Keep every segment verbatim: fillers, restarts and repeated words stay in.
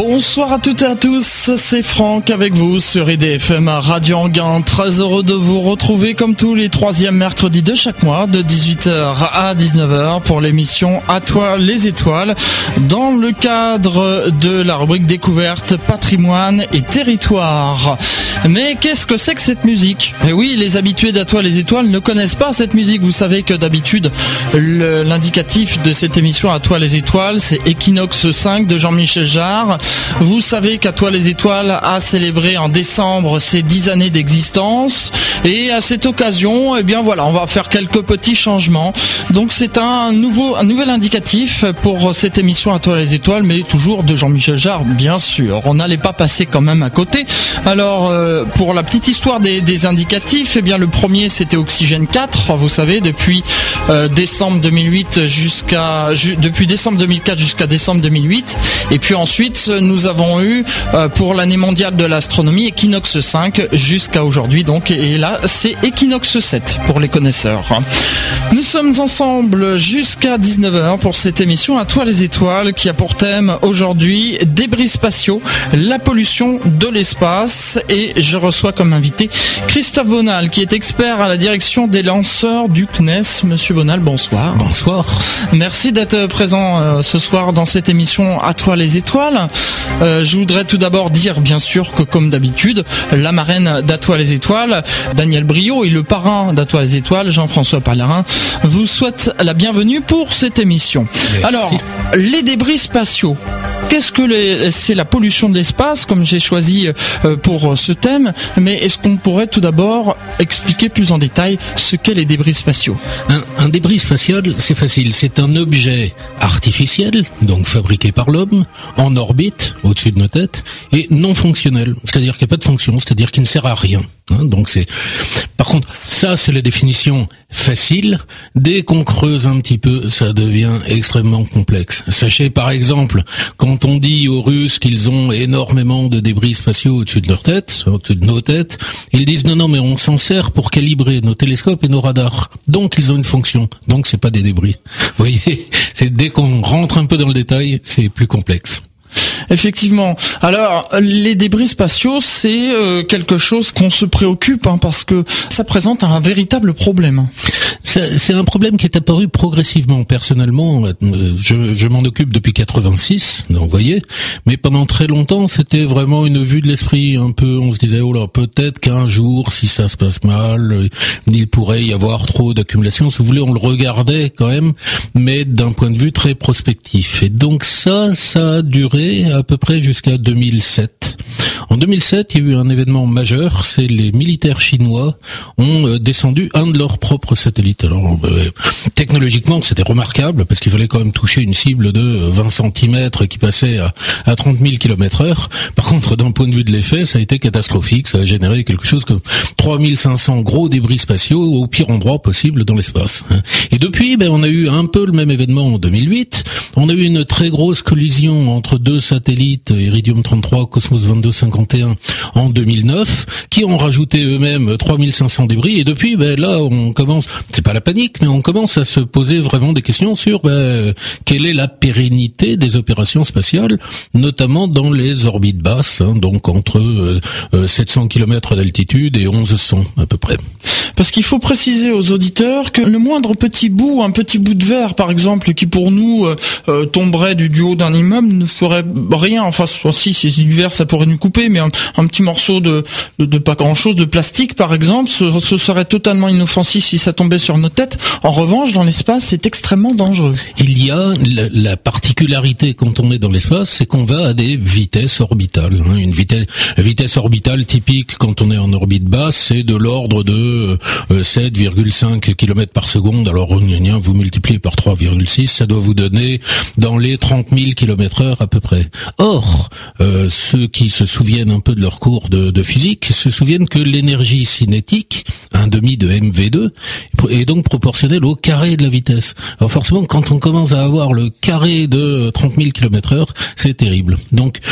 Bonsoir à toutes et à tous, c'est Franck avec vous sur I D F M Radio Anguin. Très heureux de vous retrouver comme tous les troisièmes mercredis de chaque mois de dix-huit heures à dix-neuf heures pour l'émission À toi les étoiles dans le cadre de la rubrique découverte, patrimoine et territoire. Mais qu'est-ce que c'est que cette musique ? Et oui, les habitués d'À toi les étoiles ne connaissent pas cette musique. Vous savez que d'habitude, le, l'indicatif de cette émission À toi les étoiles, c'est Equinoxe cinq de Jean-Michel Jarre. Vous savez qu'À toi les étoiles a célébré en décembre ses dix années d'existence. Et à cette occasion, eh bien voilà, on va faire quelques petits changements. Donc c'est un nouveau, un nouvel indicatif pour cette émission À toi les étoiles, mais toujours de Jean-Michel Jarre, bien sûr. On n'allait pas passer quand même à côté. Alors, euh, pour la petite histoire des, des indicatifs, eh bien le premier c'était Oxygène quatre. Vous savez, depuis euh, décembre deux mille huit jusqu'à ju, depuis décembre deux mille quatre jusqu'à décembre deux mille huit. Et puis ensuite, nous avons eu euh, pour l'année mondiale de l'astronomie Equinoxe cinq jusqu'à aujourd'hui. Donc, et là c'est Equinoxe sept pour les connaisseurs. Nous sommes ensemble jusqu'à dix-neuf heures pour cette émission À toi les étoiles qui a pour thème aujourd'hui débris spatiaux, la pollution de l'espace, et je reçois comme invité Christophe Bonal qui est expert à la direction des lanceurs du C N E S. Monsieur Bonal, bonsoir. Bonsoir. Merci d'être présent euh, ce soir dans cette émission À toi les étoiles. Euh, je voudrais tout d'abord dire bien sûr que comme d'habitude, la marraine d'À toi les étoiles, Daniel Brio, et le parrain d'À toi les étoiles, Jean-François Pallarin, vous souhaite la bienvenue pour cette émission. Merci. Alors, les débris spatiaux. Qu'est-ce que les, c'est la pollution de l'espace, comme j'ai choisi euh, pour ce thème, mais est-ce qu'on pourrait tout d'abord expliquer plus en détail ce qu'est les débris spatiaux ? Un, un débris spatial, c'est facile, c'est un objet artificiel, donc fabriqué par l'homme, en orbite, au-dessus de nos têtes, et non fonctionnel, c'est-à-dire qu'il n'y a pas de fonction, c'est-à-dire qu'il ne sert à rien. Hein, donc c'est. Par contre, ça c'est la définition facile. Dès qu'on creuse un petit peu, ça devient extrêmement complexe. Sachez par exemple, quand on dit aux Russes qu'ils ont énormément de débris spatiaux au-dessus de leur tête, au-dessus de nos têtes, ils disent non non mais on s'en sert pour calibrer nos télescopes et nos radars. Donc ils ont une fonction. Donc c'est pas des débris. Vous voyez, c'est dès qu'on rentre un peu dans le détail, c'est plus complexe. Effectivement. Alors, les débris spatiaux, c'est euh, quelque chose qu'on se préoccupe hein, parce que ça présente un véritable problème. C'est, c'est un problème qui est apparu progressivement. Personnellement, je, je m'en occupe depuis quatre-vingt-six, donc vous voyez. Mais pendant très longtemps, c'était vraiment une vue de l'esprit. Un peu, on se disait, oh là, peut-être qu'un jour, si ça se passe mal, il pourrait y avoir trop d'accumulation. Si vous voulez, on le regardait quand même, mais d'un point de vue très prospectif. Et donc ça, ça a duré à peu près jusqu'à deux mille sept. En deux mille sept, il y a eu un événement majeur, c'est les militaires chinois ont euh, descendu un de leurs propres satellites. Alors, euh, technologiquement, c'était remarquable, parce qu'il fallait quand même toucher une cible de vingt centimètres qui passait à, à trente mille kilomètres heure. Par contre, d'un point de vue de l'effet, ça a été catastrophique, ça a généré quelque chose comme trois mille cinq cents gros débris spatiaux au pire endroit possible dans l'espace. Et depuis, ben, on a eu un peu le même événement en deux mille huit. On a eu une très grosse collision entre deux satellites, Iridium trente-trois, Cosmos vingt-deux cinquante et un en deux mille neuf, qui ont rajouté eux-mêmes trois mille cinq cents débris. Et depuis, ben là, on commence, c'est pas la panique, mais on commence à se poser vraiment des questions sur ben, quelle est la pérennité des opérations spatiales, notamment dans les orbites basses, hein, donc entre euh, sept cents kilomètres d'altitude et mille cent à peu près. Parce qu'il faut préciser aux auditeurs que le moindre petit bout, un petit bout de verre par exemple, qui pour nous euh, tomberait du, du haut d'un immeuble, ne ferait rien. Enfin, si c'est du verre, ça pourrait nous couper, mais un, un petit morceau de, de, de pas grand-chose, de plastique par exemple, ce, ce serait totalement inoffensif si ça tombait sur nos têtes. En revanche, dans l'espace, c'est extrêmement dangereux. Il y a la, la particularité quand on est dans l'espace, c'est qu'on va à des vitesses orbitales. Hein. Une vitesse, vitesse orbitale typique quand on est en orbite basse, c'est de l'ordre de euh, sept virgule cinq kilomètres par seconde. Alors, vous multipliez par trois virgule six, ça doit vous donner dans les trente mille kilomètres heure à peu près. Or, euh, ceux qui se souviennent un peu de leur cours de, de physique se souviennent que l'énergie cinétique, un demi de M V deux, est donc proportionnelle au carré de la vitesse. Alors forcément, quand on commence à avoir le carré de trente mille kilomètres heure, c'est terrible. Donc,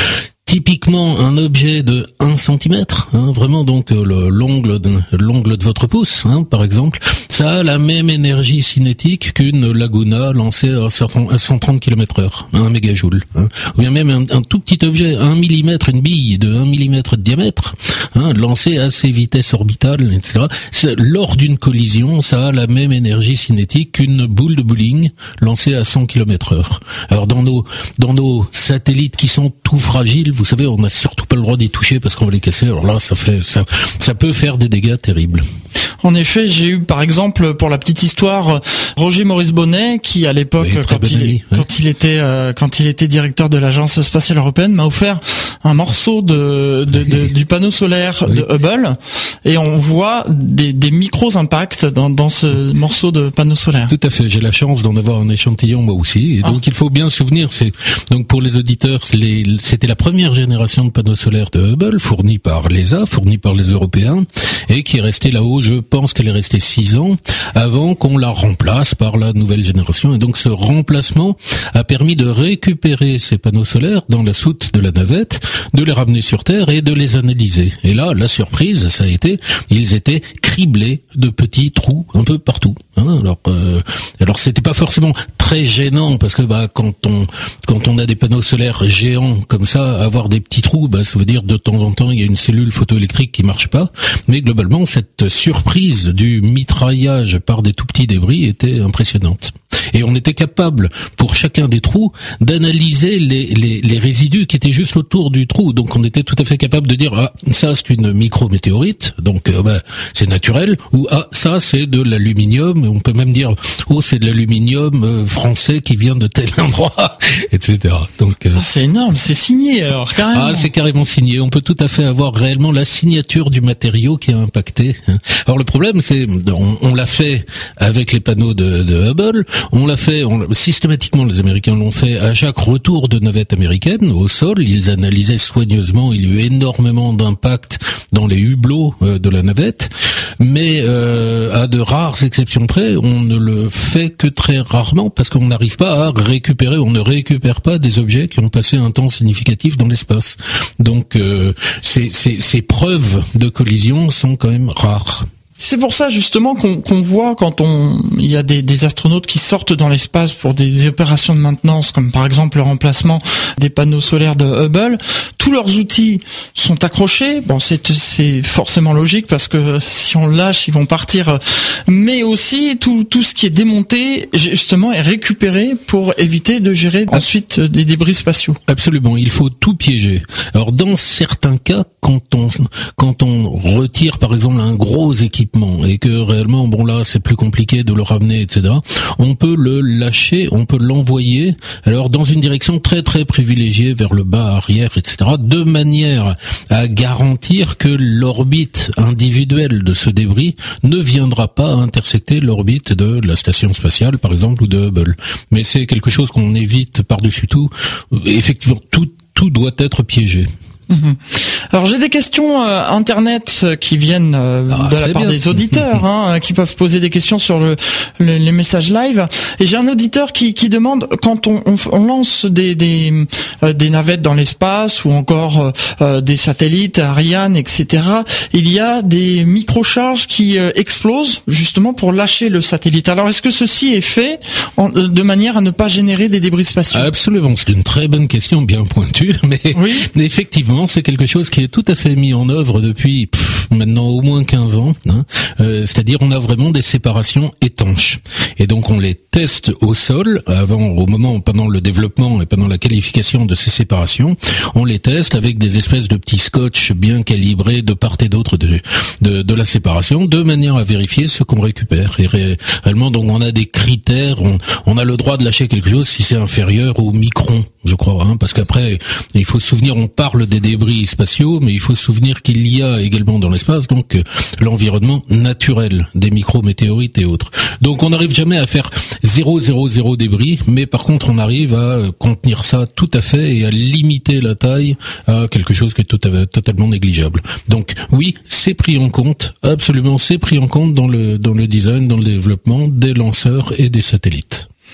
typiquement un objet de un centimètre, hein, vraiment donc le, l'ongle, de, l'ongle de votre pouce, hein, par exemple, ça a la même énergie cinétique qu'une Laguna lancée à cent trente kilomètres heure, un mégajoule. Hein. Ou bien même un, un tout petit objet, un millimètre, une bille de un millimètre de diamètre, hein, lancée à ces vitesses orbitales, et cetera. C'est, lors d'une collision, ça a la même énergie cinétique qu'une boule de bowling lancée à cent kilomètres heure. Alors dans nos dans nos satellites qui sont tout fragiles, vous savez, on n'a surtout pas le droit d'y toucher parce qu'on va les casser. Alors là, ça fait ça, ça peut faire des dégâts terribles. En effet, j'ai eu par exemple, pour la petite histoire, Roger Maurice Bonnet, qui à l'époque, oui, quand, il, ami, quand ouais. il était euh, quand il était directeur de l'Agence spatiale européenne, m'a offert un morceau de, de, de oui. du panneau solaire oui. de Hubble, et on voit des, des micros impacts dans, dans ce morceau de panneau solaire. Tout à fait. J'ai la chance d'en avoir un échantillon moi aussi, et ah. donc il faut bien se souvenir. C'est donc pour les auditeurs, les, c'était la première génération de panneaux solaires de Hubble, fournie par l'E S A, fournie par les Européens, et qui est restée là-haut. Je pense qu'elle est restée six ans avant qu'on la remplace par la nouvelle génération. Et donc ce remplacement a permis de récupérer ces panneaux solaires dans la soute de la navette, de les ramener sur Terre et de les analyser. Et là, la surprise, ça a été, ils étaient criblés de petits trous un peu partout. Hein, alors, euh, alors c'était pas forcément très gênant parce que bah quand on quand on a des panneaux solaires géants comme ça, avoir des petits trous, bah ça veut dire de temps en temps il y a une cellule photoélectrique qui marche pas. Mais globalement, cette surprise du mitraillage par des tout petits débris était impressionnante. Et on était capable, pour chacun des trous, d'analyser les, les, les résidus qui étaient juste autour du trou. Donc on était tout à fait capable de dire, ah, ça c'est une micrométéorite, donc euh, bah, c'est naturel, ou ah, ça c'est de l'aluminium, on peut même dire, oh, c'est de l'aluminium euh, français qui vient de tel endroit, et cetera. Donc euh, ah, c'est énorme, c'est signé alors, carrément. Ah, c'est carrément signé, on peut tout à fait avoir réellement la signature du matériau qui a impacté. Alors le problème, c'est, on, on l'a fait avec les panneaux de, de Hubble, on l'a fait, on, systématiquement les Américains l'ont fait à chaque retour de navette américaine au sol, ils analysaient soigneusement, il y a eu énormément d'impact dans les hublots euh, de la navette, mais euh, à de rares exceptions près, on ne le fait que très rarement parce qu'on n'arrive pas à récupérer, on ne récupère pas des objets qui ont passé un temps significatif dans l'espace. Donc euh, ces, ces, ces preuves de collision sont quand même rares. C'est pour ça justement qu'on, qu'on voit quand on il y a des, des astronautes qui sortent dans l'espace pour des, des opérations de maintenance, comme par exemple le remplacement des panneaux solaires de Hubble, tous leurs outils sont accrochés. Bon, c'est, c'est forcément logique parce que si on lâche, ils vont partir. Mais aussi tout, tout ce qui est démonté justement est récupéré pour éviter de gérer ensuite des débris spatiaux. Absolument, il faut tout piéger. Alors dans certains cas, quand on quand on retire par exemple un gros équipement et que réellement, bon là, c'est plus compliqué de le ramener, et cetera. On peut le lâcher, on peut l'envoyer, alors dans une direction très très privilégiée vers le bas arrière, et cetera. De manière à garantir que l'orbite individuelle de ce débris ne viendra pas intercepter l'orbite de la station spatiale, par exemple, ou de Hubble. Mais c'est quelque chose qu'on évite par-dessus tout. Effectivement, tout tout doit être piégé. Mmh. Alors j'ai des questions euh, internet qui viennent euh, ah, de la part bien. des auditeurs hein, qui peuvent poser des questions sur le, le les messages live, et j'ai un auditeur qui qui demande, quand on, on, on lance des des, euh, des navettes dans l'espace ou encore euh, des satellites Ariane, et cetera, il y a des microcharges qui euh, explosent justement pour lâcher le satellite. Alors est-ce que ceci est fait en, de manière à ne pas générer des débris spatiaux? Absolument, c'est une très bonne question, bien pointue, mais, oui. mais effectivement c'est quelque chose qui est tout à fait mis en œuvre depuis pff, maintenant au moins quinze ans. Hein. Euh, c'est-à-dire on a vraiment des séparations étanches. Et donc on les teste au sol, avant, au moment, pendant le développement et pendant la qualification de ces séparations, on les teste avec des espèces de petits scotch bien calibrés de part et d'autre de, de, de la séparation, de manière à vérifier ce qu'on récupère. Et ré, réellement, donc on a des critères, on, on a le droit de lâcher quelque chose si c'est inférieur au micron, je crois, hein, parce qu'après, il faut se souvenir, on parle des débris spatiaux, mais il faut se souvenir qu'il y a également dans l'espace donc euh, l'environnement naturel des micrométéorites et autres. Donc on n'arrive jamais à faire zéro zéro zéro débris, mais par contre on arrive à contenir ça tout à fait et à limiter la taille à quelque chose qui est tout à fait, totalement négligeable. Donc oui, c'est pris en compte, absolument, c'est pris en compte dans le dans le design, dans le développement des lanceurs et des satellites.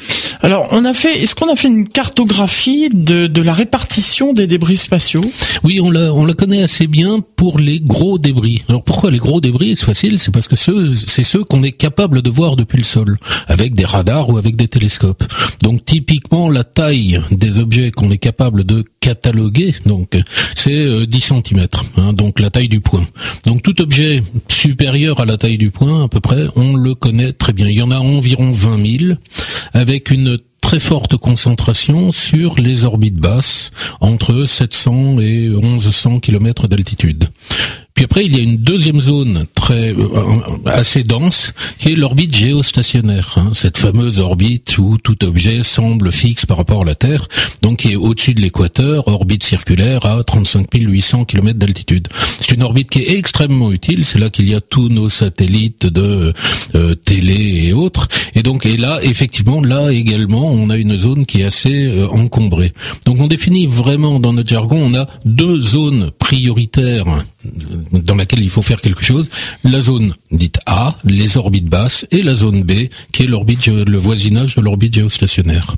Alors, on a fait, est-ce qu'on a fait une cartographie de, de la répartition des débris spatiaux? Oui, on la, on la connaît assez bien pour les gros débris. Alors pourquoi les gros débris? C'est facile, c'est parce que ceux, c'est ceux qu'on est capable de voir depuis le sol, avec des radars ou avec des télescopes. Donc typiquement, la taille des objets qu'on est capable de cataloguer, donc c'est euh, dix centimètres, hein, donc la taille du poing. Donc tout objet supérieur à la taille du poing, à peu près, on le connaît très bien. Il y en a environ vingt mille, avec une très forte concentration sur les orbites basses, entre sept cents et onze cents kilomètres d'altitude. Puis après, il y a une deuxième zone très euh, assez dense, qui est l'orbite géostationnaire, hein, cette fameuse orbite où tout objet semble fixe par rapport à la Terre, donc qui est au-dessus de l'équateur, orbite circulaire à trente-cinq mille huit cents kilomètres d'altitude. C'est une orbite qui est extrêmement utile, c'est là qu'il y a tous nos satellites de euh, télé et autres, et donc et là, effectivement, là également, on a une zone qui est assez euh, encombrée. Donc on définit vraiment dans notre jargon, on a deux zones prioritaires dans laquelle il faut faire quelque chose, la zone dite A, les orbites basses, et la zone B, qui est l'orbite, le voisinage de l'orbite géostationnaire.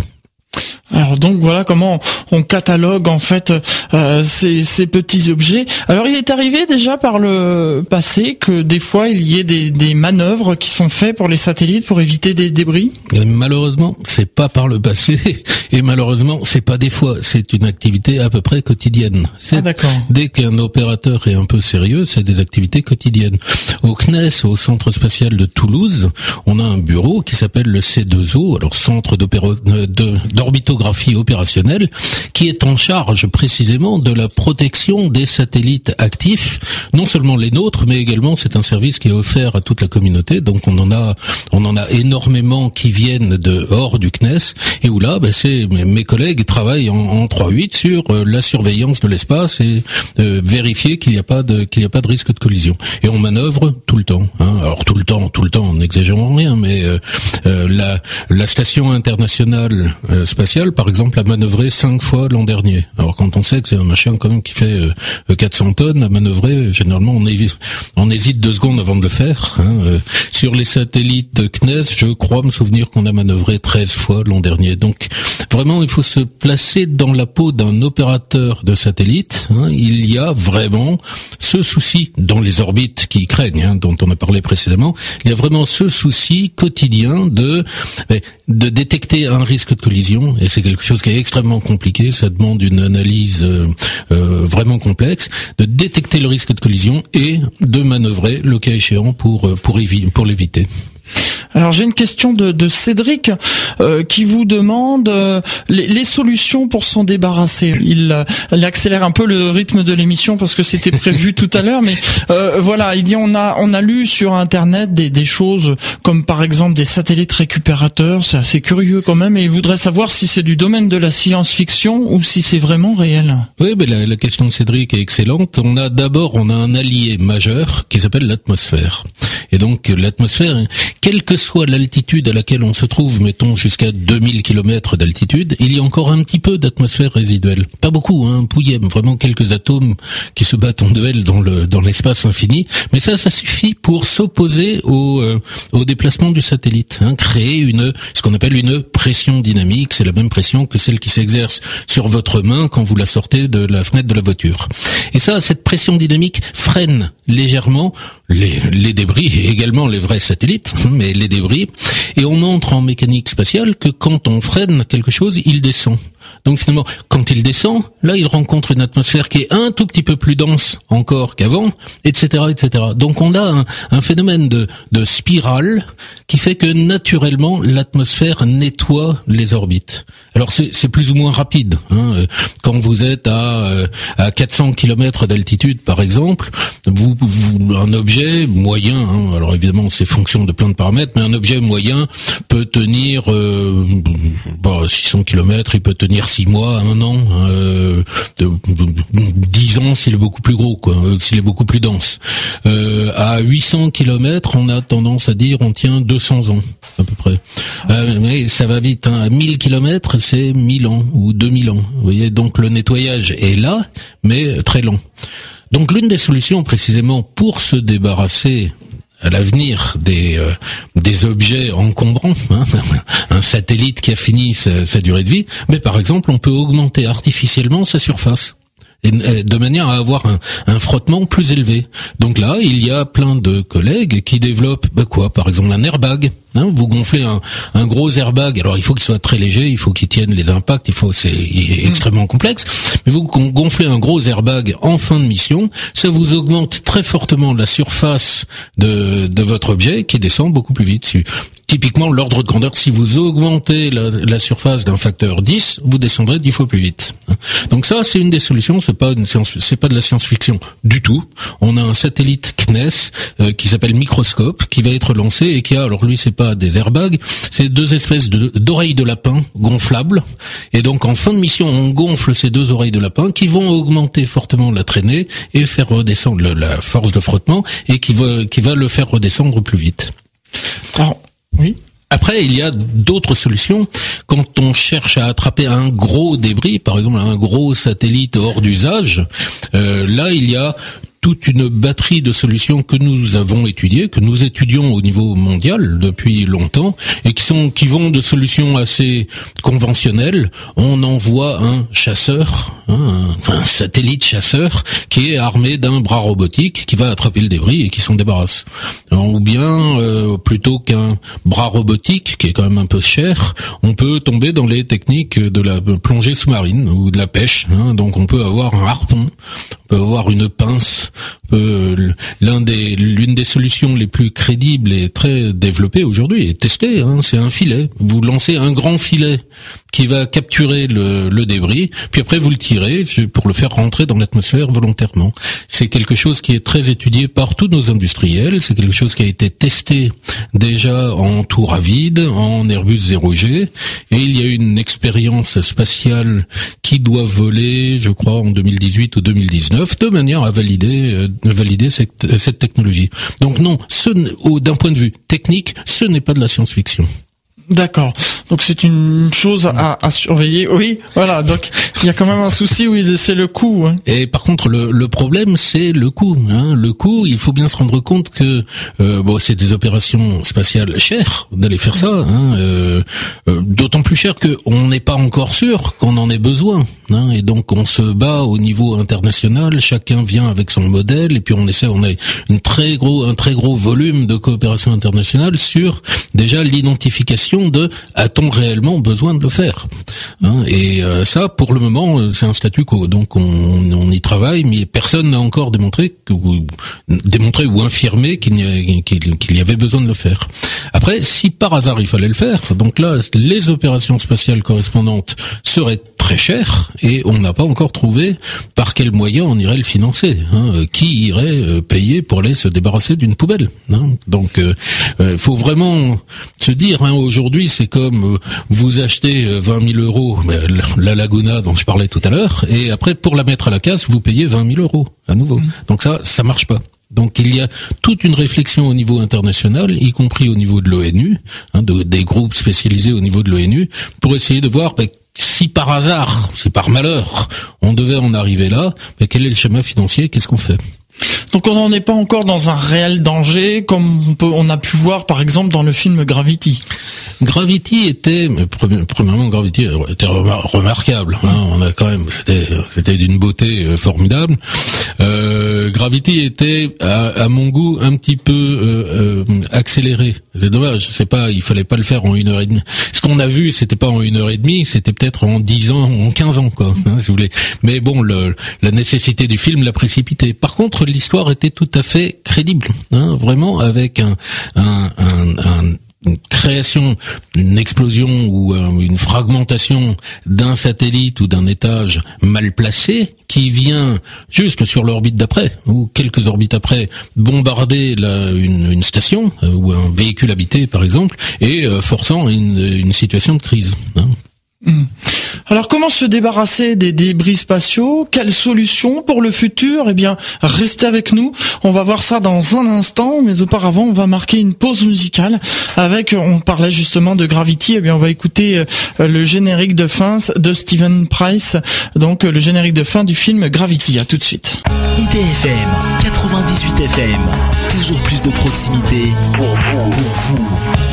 Alors donc voilà comment on catalogue en fait euh, ces, ces petits objets. Alors il est arrivé déjà par le passé que des fois il y ait des, des manœuvres qui sont faites pour les satellites pour éviter des débris. Et malheureusement, c'est pas par le passé, et malheureusement, c'est pas des fois, c'est une activité à peu près quotidienne. C'est, ah d'accord. Dès qu'un opérateur est un peu sérieux, c'est des activités quotidiennes. Au C N E S, au Centre Spatial de Toulouse, on a un bureau qui s'appelle le C deux O, alors Centre d'opéro- de, d'orbitographie opérationnelle, qui est en charge précisément de la protection des satellites actifs, non seulement les nôtres, mais également c'est un service qui est offert à toute la communauté, donc on en a on en a énormément qui viennent de hors du C N E S, et où là, ben, c'est mes collègues travaillent en, en trois huit sur euh, la surveillance de l'espace et euh, vérifier qu'il n'y a pas de qu'il n'y a pas de risque de collision. Et on manœuvre tout le temps, hein. Alors tout le temps, tout le temps, n'exagérons rien, mais euh, euh, la la station internationale euh, spatiale, par exemple, a manœuvré cinq fois l'an dernier. Alors quand on sait que c'est un machin quand même qui fait euh, quatre cents tonnes à manœuvrer, généralement on hésite, on hésite deux secondes avant de le faire. Hein. Euh, sur les satellites C N E S, je crois me souvenir qu'on a manœuvré treize fois l'an dernier. Donc vraiment, il faut se placer dans la peau d'un opérateur de satellite. Hein. Il y a vraiment ce souci dans les orbites qui craignent, hein, dont on a parlé précédemment. Il y a vraiment ce souci quotidien de de détecter un risque de collision, et c'est quelque chose qui est extrêmement compliqué, ça demande une analyse euh, euh, vraiment complexe, de détecter le risque de collision et de manœuvrer le cas échéant pour pour, évi- pour l'éviter. Alors j'ai une question de, de Cédric euh, qui vous demande euh, les, les solutions pour s'en débarrasser. Il, euh, il accélère un peu le rythme de l'émission parce que c'était prévu tout à l'heure, mais euh, voilà, il dit on a on a lu sur internet des, des choses comme par exemple des satellites récupérateurs. C'est assez curieux quand même, et il voudrait savoir si c'est du domaine de la science-fiction ou si c'est vraiment réel. Oui, mais la, la question de Cédric est excellente. On a d'abord on a un allié majeur qui s'appelle l'atmosphère, et donc l'atmosphère, quelle que soit l'altitude à laquelle on se trouve, mettons jusqu'à deux mille kilomètres d'altitude, il y a encore un petit peu d'atmosphère résiduelle. Pas beaucoup, hein, pouillème, vraiment quelques atomes qui se battent en duel dans le dans l'espace infini, mais ça, ça suffit pour s'opposer au euh, au déplacement du satellite, hein, créer une ce qu'on appelle une pression dynamique. C'est la même pression que celle qui s'exerce sur votre main quand vous la sortez de la fenêtre de la voiture. Et ça, cette pression dynamique freine légèrement les les débris et également les vrais satellites, mais les débris, et on montre en mécanique spatiale que quand on freine quelque chose, il descend. Donc finalement, quand il descend, là il rencontre une atmosphère qui est un tout petit peu plus dense encore qu'avant, et cetera, et cetera. Donc on a un, un phénomène de, de spirale qui fait que naturellement l'atmosphère nettoie les orbites. Alors c'est, c'est plus ou moins rapide, hein. Quand vous êtes à, à quatre cents kilomètres d'altitude par exemple, vous, vous un objet moyen, hein, alors évidemment c'est fonction de plein de paramètres, mais un objet moyen peut tenir euh, bah, six cents kilomètres, il peut tenir six mois, un an, euh, de, de, dix ans s'il est beaucoup plus gros, quoi, s'il est beaucoup plus dense. Euh, à huit cents kilomètres, on a tendance à dire on tient deux cents ans à peu près. Euh, mais ça va vite, hein. À mille kilomètres, c'est mille ans ou deux mille ans. Vous voyez, donc le nettoyage est là, mais très lent. Donc l'une des solutions précisément pour se débarrasser à l'avenir des euh, des objets encombrants, hein, un satellite qui a fini sa, sa durée de vie, mais par exemple on peut augmenter artificiellement sa surface, et, de manière à avoir un, un frottement plus élevé. Donc là, il y a plein de collègues qui développent bah quoi, par exemple un airbag. Hein, vous gonflez un, un gros airbag, alors il faut qu'il soit très léger, il faut qu'il tienne les impacts, il faut c'est il est extrêmement complexe, mais vous gonflez un gros airbag en fin de mission, ça vous augmente très fortement la surface de, de votre objet qui descend beaucoup plus vite. Si, typiquement, l'ordre de grandeur, si vous augmentez la, la surface d'un facteur dix, vous descendrez dix fois plus vite. Donc ça, c'est une des solutions, c'est pas une science, c'est pas de la science-fiction du tout. On a un satellite C N E S euh, qui s'appelle Microscope, qui va être lancé et qui a, alors lui, c'est pas des airbags, c'est deux espèces de, d'oreilles de lapin gonflables. Et donc, en fin de mission, on gonfle ces deux oreilles de lapin qui vont augmenter fortement la traînée et faire redescendre le, la force de frottement et qui va, qui va le faire redescendre plus vite. Alors, oui. Après, il y a d'autres solutions. Quand on cherche à attraper un gros débris, par exemple un gros satellite hors d'usage, euh, là, il y a toute une batterie de solutions que nous avons étudiées, que nous étudions au niveau mondial depuis longtemps, et qui sont, qui vont de solutions assez conventionnelles. On envoie un chasseur, hein, un, un satellite chasseur, qui est armé d'un bras robotique qui va attraper le débris et qui s'en débarrasse. Alors, ou bien, euh, plutôt qu'un bras robotique, qui est quand même un peu cher, on peut tomber dans les techniques de la plongée sous-marine ou de la pêche. Hein, donc on peut avoir un harpon, on peut avoir une pince. Euh, l'un des, l'une des solutions les plus crédibles et très développées aujourd'hui et testées, hein, c'est un filet. Vous lancez un grand filet qui va capturer le, le débris, puis après vous le tirez pour le faire rentrer dans l'atmosphère volontairement. C'est quelque chose qui est très étudié par tous nos industriels, c'est quelque chose qui a été testé déjà en tour à vide, en Airbus zéro G, et il y a une expérience spatiale qui doit voler, je crois, en deux mille dix-huit ou deux mille dix-neuf, de manière à valider, euh, valider cette, cette technologie. Donc non, ce, d'un point de vue technique, ce n'est pas de la science-fiction. D'accord. Donc c'est une chose à, à surveiller. Oui, voilà. Donc il y a quand même un souci, oui, c'est le coût. Hein. Et par contre, le, le problème, c'est le coût. Hein. Le coût, il faut bien se rendre compte que euh, bon, c'est des opérations spatiales chères d'aller faire ça. Hein. Euh, euh, d'autant plus cher que on n'est pas encore sûr qu'on en ait besoin. Hein. Et donc on se bat au niveau international. Chacun vient avec son modèle et puis on essaie. On a une très gros, un très gros volume de coopération internationale sur déjà l'identification de a-t-on réellement besoin de le faire, hein, et euh, ça pour le moment c'est un statu quo, donc on, on y travaille, mais personne n'a encore démontré que, ou, démontré ou infirmé qu'il y, a, qu'il, qu'il y avait besoin de le faire. Après, si par hasard il fallait le faire, donc là les opérations spatiales correspondantes seraient très chères et on n'a pas encore trouvé par quel moyen on irait le financer, hein, qui irait payer pour aller se débarrasser d'une poubelle, hein. Donc il euh, faut vraiment se dire, hein, aujourd'hui Aujourd'hui, c'est comme euh, vous achetez vingt mille euros euh, la Laguna dont je parlais tout à l'heure, et après pour la mettre à la casse, vous payez vingt mille euros à nouveau. Mmh. Donc ça, ça marche pas. Donc il y a toute une réflexion au niveau international, y compris au niveau de l'ONU, hein, de, des groupes spécialisés au niveau de l'ONU, pour essayer de voir. Bah, si par hasard, si par malheur, on devait en arriver là, bah, quel est le schéma financier, qu'est-ce qu'on fait ? Donc on n'en est pas encore dans un réel danger, comme on, peut, on a pu voir par exemple dans le film Gravity. Gravity était, premièrement, Gravity était remarquable. Hein, on a quand même, c'était, c'était d'une beauté formidable. Euh, Gravity était, à, à mon goût, un petit peu euh, euh, accéléré. C'est dommage. C'est pas, il fallait pas le faire en une heure et demie. Ce qu'on a vu, c'était pas en une heure et demie, c'était peut-être en dix ans, en quinze ans, quoi. Hein, si vous voulez. Mais bon, le, la nécessité du film l'a précipité. Par contre, l'histoire était tout à fait crédible, hein, vraiment, avec un, un, un, un une création, une explosion ou euh, une fragmentation d'un satellite ou d'un étage mal placé qui vient juste sur l'orbite d'après ou quelques orbites après bombarder la, une, une station euh, ou un véhicule habité par exemple et euh, forçant une, une situation de crise, hein. Mmh. Alors comment se débarrasser des débris spatiaux? Quelles solutions pour le futur? Eh bien, restez avec nous. On va voir ça dans un instant, mais auparavant, on va marquer une pause musicale avec, on parlait justement de Gravity, eh bien, on va écouter le générique de fin de Steven Price, donc le générique de fin du film Gravity. À tout de suite. I D F M, quatre-vingt-dix-huit F M, toujours plus de proximité pour vous. Pour vous.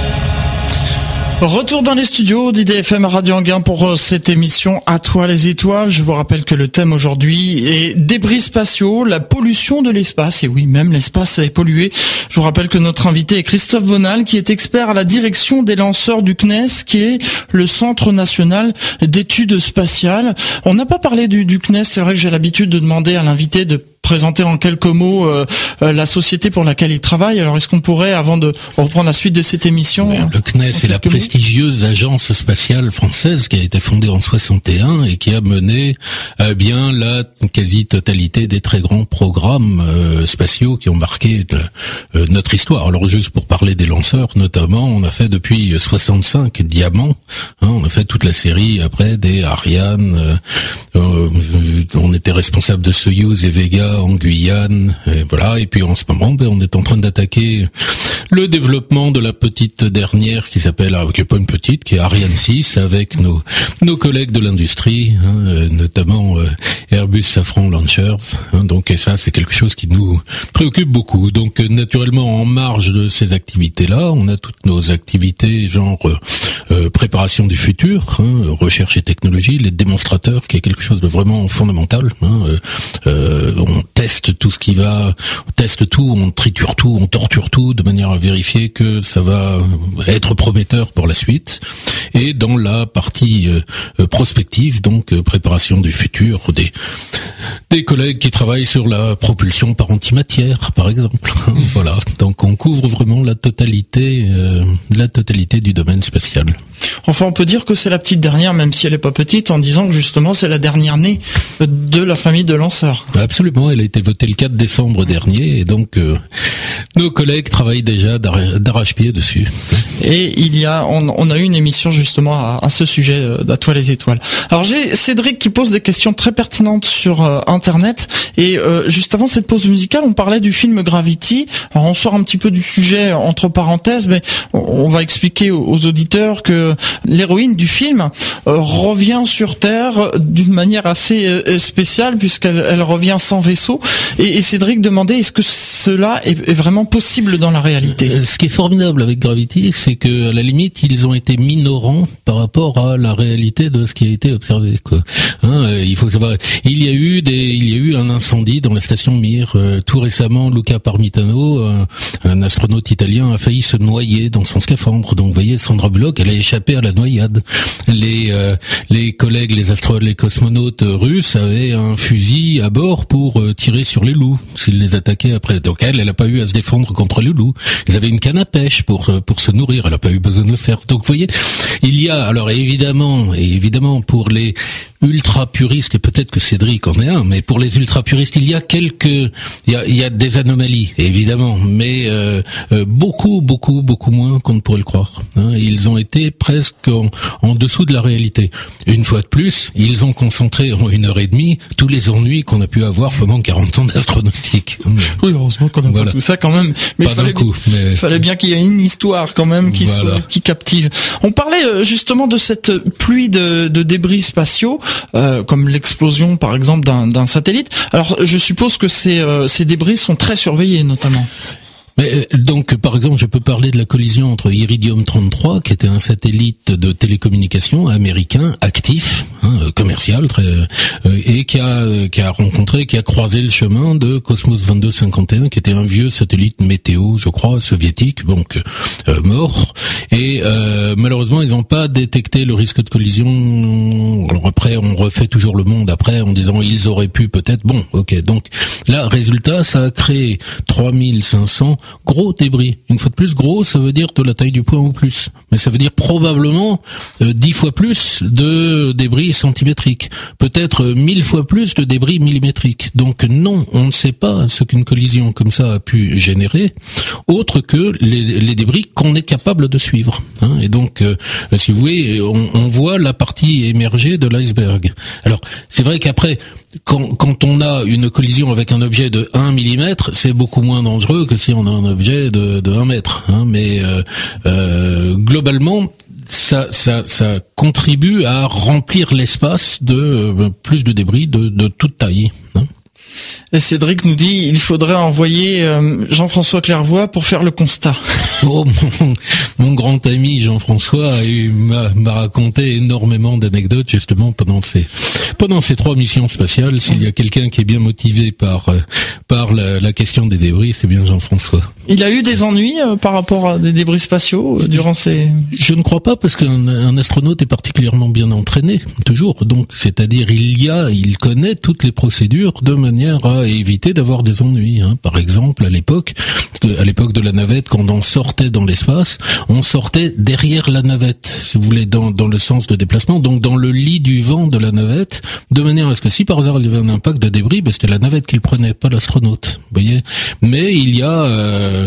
Retour dans les studios d'I D F M Radio Anguin pour cette émission À toi les étoiles. Je vous rappelle que le thème aujourd'hui est débris spatiaux, la pollution de l'espace. Et oui, même l'espace est pollué. Je vous rappelle que notre invité est Christophe Bonal, qui est expert à la direction des lanceurs du C N E S, qui est le Centre National d'Études Spatiales. On n'a pas parlé du, du C N E S. C'est vrai que j'ai l'habitude de demander à l'invité de présenter en quelques mots euh, euh, la société pour laquelle il travaille. Alors, est-ce qu'on pourrait, avant de reprendre la suite de cette émission... Mais le C N E S est la prestigieuse agence spatiale française qui a été fondée en soixante et un et qui a mené euh, bien la quasi-totalité des très grands programmes euh, spatiaux qui ont marqué de, euh, notre histoire. Alors, juste pour parler des lanceurs, notamment, on a fait depuis soixante-cinq Diamant. Hein, on a fait toute la série après des Ariane. Euh, euh, on était responsable de Soyuz et Vega en Guyane, et voilà. Et puis en ce moment, ben, on est en train d'attaquer le développement de la petite dernière qui s'appelle, qui est pas une petite, qui est Ariane six, avec nos nos collègues de l'industrie, hein, notamment euh, Airbus Safran Launchers. Hein, donc et ça, c'est quelque chose qui nous préoccupe beaucoup. Donc naturellement, en marge de ces activités-là, on a toutes nos activités genre euh, préparation du futur, hein, recherche et technologie, les démonstrateurs, qui est quelque chose de vraiment fondamental. Hein, euh, euh, on teste tout ce qui va, on teste tout, on triture tout, on torture tout de manière à vérifier que ça va être prometteur pour la suite. Et dans la partie euh, prospective, donc euh, préparation du futur, des des collègues qui travaillent sur la propulsion par antimatière, par exemple. Voilà. Donc on couvre vraiment la totalité, euh, la totalité du domaine spatial. Enfin, on peut dire que c'est la petite dernière, même si elle est pas petite, en disant que justement c'est la dernière née de la famille de lanceurs. Absolument, elle a été votée le quatre décembre dernier, et donc euh, nos collègues travaillent déjà d'arrache-pied dessus. Et il y a, on, on a eu une émission justement à, à ce sujet d'À toi les étoiles. Alors j'ai Cédric qui pose des questions très pertinentes sur euh, Internet, et euh, juste avant cette pause musicale, on parlait du film Gravity. Alors on sort un petit peu du sujet entre parenthèses, mais on, on va expliquer aux, aux auditeurs que l'héroïne du film euh, revient sur Terre d'une manière assez euh, spéciale, puisqu'elle elle revient sans vaisseau. Et, et Cédric demandait, est-ce que cela est, est vraiment possible dans la réalité? euh, Ce qui est formidable avec Gravity, c'est que à la limite, ils ont été minorants par rapport à la réalité de ce qui a été observé, quoi. Hein, euh, il faut savoir, il y a eu des, il y a eu un incendie dans la station Mir. Euh, tout récemment, Luca Parmitano, un, un astronaute italien, a failli se noyer dans son scaphandre. Donc, vous voyez, Sandra Bullock, elle a échappé à la noyade. Les euh, les collègues, les astro, les cosmonautes russes avaient un fusil à bord pour euh, tirer sur les loups s'ils les attaquaient après. Donc elle, elle a pas eu à se défendre contre les loups. Ils avaient une canne à pêche pour euh, pour se nourrir. Elle a pas eu besoin de le faire. Donc vous voyez, il y a alors évidemment et évidemment pour les ultra puristes, et peut-être que Cédric en est un, mais pour les ultra puristes, il y a quelques, il y a, il y a des anomalies, évidemment, mais euh, euh, beaucoup, beaucoup, beaucoup moins qu'on ne pourrait le croire. Hein. Ils ont été presque en, en dessous de la réalité. Une fois de plus, ils ont concentré en une heure et demie tous les ennuis qu'on a pu avoir pendant quarante ans d'astronautique. Oui, heureusement qu'on a voilà. pas tout ça quand même. Mais pas il fallait, d'un coup, mais... il fallait bien qu'il y ait une histoire quand même qui voilà. soit, qui captive. On parlait justement de cette pluie de, de débris spatiaux. Euh, comme l'explosion par exemple d'un, d'un satellite. Alors je suppose que ces, euh, ces débris sont très surveillés notamment. Mais donc, par exemple, je peux parler de la collision entre Iridium trente-trois, qui était un satellite de télécommunications américain actif, hein, commercial, très, euh, et qui a qui a rencontré, qui a croisé le chemin de Cosmos vingt-deux cinquante et un, qui était un vieux satellite météo, je crois, soviétique, donc euh, mort. Et euh, malheureusement, ils n'ont pas détecté le risque de collision. Alors après, on refait toujours le monde après en disant ils auraient pu peut-être. Bon, ok. Donc là, résultat, ça a créé trois mille cinq cents gros débris. Une fois de plus, gros, ça veut dire de la taille du poing ou plus. Mais ça veut dire probablement euh, dix fois plus de débris centimétriques. Peut-être mille fois plus de débris millimétriques. Donc non, on ne sait pas ce qu'une collision comme ça a pu générer, autre que les, les débris qu'on est capable de suivre. Hein. Et donc, euh, si vous voulez, on, on voit la partie émergée de l'iceberg. Alors, c'est vrai qu'après, quand, quand on a une collision avec un objet de un millimètre, c'est beaucoup moins dangereux que si on a un objet de, de un mètre. Hein. Mais euh, euh, globalement, ça, ça, ça contribue à remplir l'espace de euh, plus de débris de, de toute taille. Hein. Et Cédric nous dit il faudrait envoyer euh, Jean-François Clairvoy pour faire le constat. Oh, mon, mon grand ami Jean-François a eu, m'a, m'a raconté énormément d'anecdotes justement pendant ces pendant ces trois missions spatiales. S'il y a quelqu'un qui est bien motivé par par la, la question des débris, c'est bien Jean-François. Il a eu des ennuis euh, par rapport à des débris spatiaux euh, durant ces... Je ne crois pas, parce qu'un un astronaute est particulièrement bien entraîné, toujours. Donc, c'est-à-dire, il y a, il connaît toutes les procédures de manière à éviter d'avoir des ennuis. Hein. Par exemple, à l'époque, à l'époque de la navette, quand on sortait dans l'espace, on sortait derrière la navette, si vous voulez, dans, dans le sens de déplacement, donc dans le lit du vent de la navette, de manière à ce que si par hasard il y avait un impact de débris, ben c'était la navette qui le prenait, pas l'astronaute. Vous voyez. Mais il y a, euh,